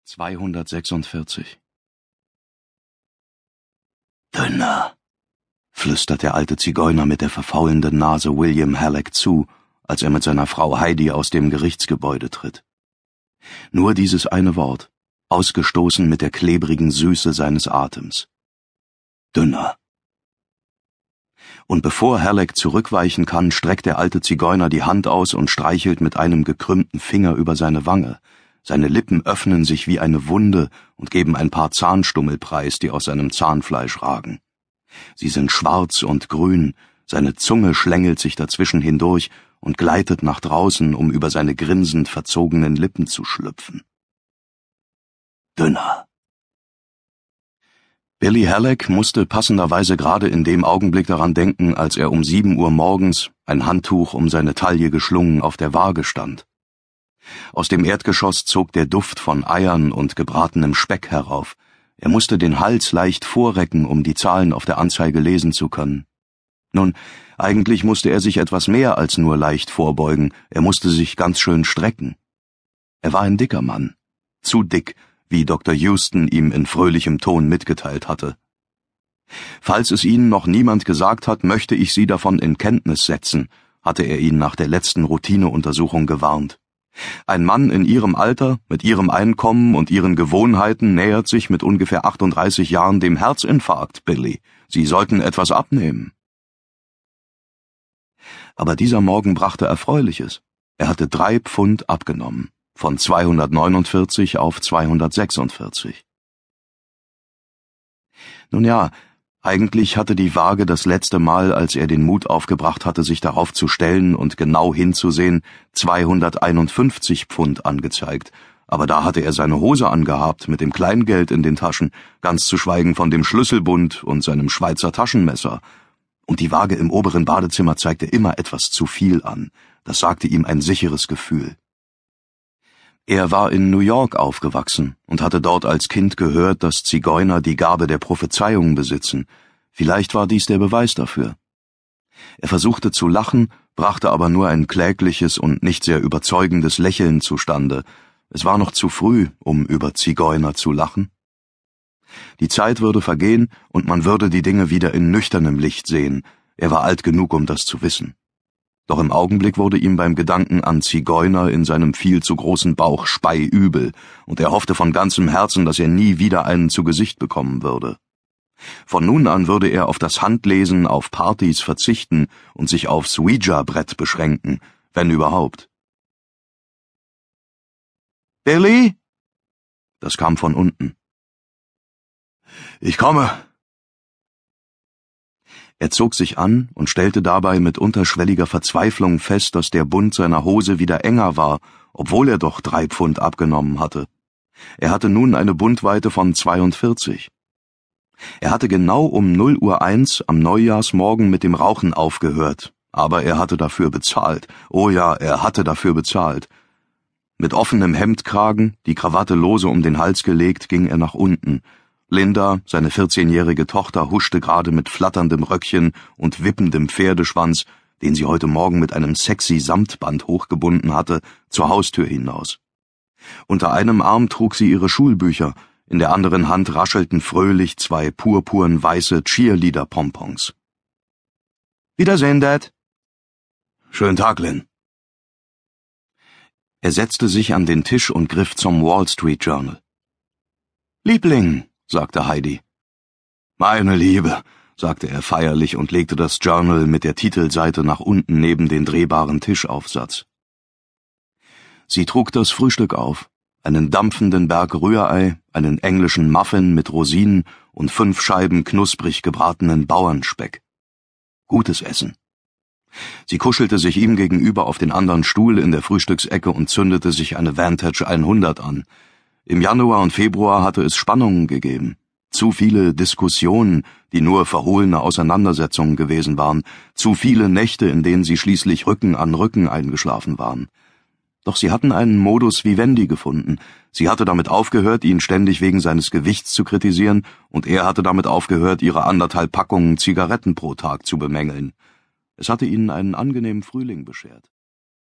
246. »Dünner«, flüstert der alte Zigeuner mit der verfaulenden Nase William Halleck zu, als er mit seiner Frau Heidi aus dem Gerichtsgebäude tritt. Nur dieses eine Wort, ausgestoßen mit der klebrigen Süße seines Atems. »Dünner«. Und bevor Halleck zurückweichen kann, streckt der alte Zigeuner die Hand aus und streichelt mit einem gekrümmten Finger über seine Wange. Seine Lippen öffnen sich wie eine Wunde und geben ein paar Zahnstummel preis, die aus seinem Zahnfleisch ragen. Sie sind schwarz und grün, seine Zunge schlängelt sich dazwischen hindurch und gleitet nach draußen, um über seine grinsend verzogenen Lippen zu schlüpfen. »Dünner«. Billy Halleck musste passenderweise gerade in dem Augenblick daran denken, als er um 7 Uhr morgens, ein Handtuch um seine Taille geschlungen, auf der Waage stand. Aus dem Erdgeschoss zog der Duft von Eiern und gebratenem Speck herauf. Er musste den Hals leicht vorrecken, um die Zahlen auf der Anzeige lesen zu können. Nun, eigentlich musste er sich etwas mehr als nur leicht vorbeugen, er musste sich ganz schön strecken. Er war ein dicker Mann, zu dick, wie Dr. Houston ihm in fröhlichem Ton mitgeteilt hatte. »Falls es Ihnen noch niemand gesagt hat, möchte ich Sie davon in Kenntnis setzen«, hatte er ihn nach der letzten Routineuntersuchung gewarnt. »Ein Mann in Ihrem Alter, mit Ihrem Einkommen und Ihren Gewohnheiten nähert sich mit ungefähr 38 Jahren dem Herzinfarkt, Billy. Sie sollten etwas abnehmen.« Aber dieser Morgen brachte Erfreuliches. Er hatte 3 Pfund abgenommen, von 249 auf 246. Nun ja, eigentlich hatte die Waage das letzte Mal, als er den Mut aufgebracht hatte, sich darauf zu stellen und genau hinzusehen, 251 Pfund angezeigt, aber da hatte er seine Hose angehabt mit dem Kleingeld in den Taschen, ganz zu schweigen von dem Schlüsselbund und seinem Schweizer Taschenmesser. Und die Waage im oberen Badezimmer zeigte immer etwas zu viel an, das sagte ihm ein sicheres Gefühl. Er war in New York aufgewachsen und hatte dort als Kind gehört, dass Zigeuner die Gabe der Prophezeiung besitzen. Vielleicht war dies der Beweis dafür. Er versuchte zu lachen, brachte aber nur ein klägliches und nicht sehr überzeugendes Lächeln zustande. Es war noch zu früh, um über Zigeuner zu lachen. Die Zeit würde vergehen und man würde die Dinge wieder in nüchternem Licht sehen. Er war alt genug, um das zu wissen. Doch im Augenblick wurde ihm beim Gedanken an Zigeuner in seinem viel zu großen Bauch speiübel, und er hoffte von ganzem Herzen, dass er nie wieder einen zu Gesicht bekommen würde. Von nun an würde er auf das Handlesen auf Partys verzichten und sich aufs Ouija-Brett beschränken, wenn überhaupt. »Billy?« Das kam von unten. »Ich komme.« Er zog sich an und stellte dabei mit unterschwelliger Verzweiflung fest, dass der Bund seiner Hose wieder enger war, obwohl er doch 3 Pfund abgenommen hatte. Er hatte nun eine Bundweite von 42. Er hatte genau um 0:01 am Neujahrsmorgen mit dem Rauchen aufgehört, aber er hatte dafür bezahlt. Oh ja, er hatte dafür bezahlt. Mit offenem Hemdkragen, die Krawatte lose um den Hals gelegt, ging er nach unten. Linda, seine 14-jährige Tochter, huschte gerade mit flatterndem Röckchen und wippendem Pferdeschwanz, den sie heute Morgen mit einem sexy Samtband hochgebunden hatte, zur Haustür hinaus. Unter einem Arm trug sie ihre Schulbücher, in der anderen Hand raschelten fröhlich 2 purpurnweiße Cheerleader-Pompons. »Wiedersehen, Dad.« »Schönen Tag, Lynn.« Er setzte sich an den Tisch und griff zum Wall Street Journal. »Liebling«, sagte Heidi. »Meine Liebe«, sagte er feierlich und legte das Journal mit der Titelseite nach unten neben den drehbaren Tischaufsatz. Sie trug das Frühstück auf, einen dampfenden Berg Rührei, einen englischen Muffin mit Rosinen und 5 Scheiben knusprig gebratenen Bauernspeck. Gutes Essen. Sie kuschelte sich ihm gegenüber auf den anderen Stuhl in der Frühstücksecke und zündete sich eine Vantage 100 an. Im Januar und Februar hatte es Spannungen gegeben. Zu viele Diskussionen, die nur verhohlene Auseinandersetzungen gewesen waren. Zu viele Nächte, in denen sie schließlich Rücken an Rücken eingeschlafen waren. Doch sie hatten einen Modus vivendi gefunden. Sie hatte damit aufgehört, ihn ständig wegen seines Gewichts zu kritisieren, und er hatte damit aufgehört, ihre 1,5 Packungen Zigaretten pro Tag zu bemängeln. Es hatte ihnen einen angenehmen Frühling beschert.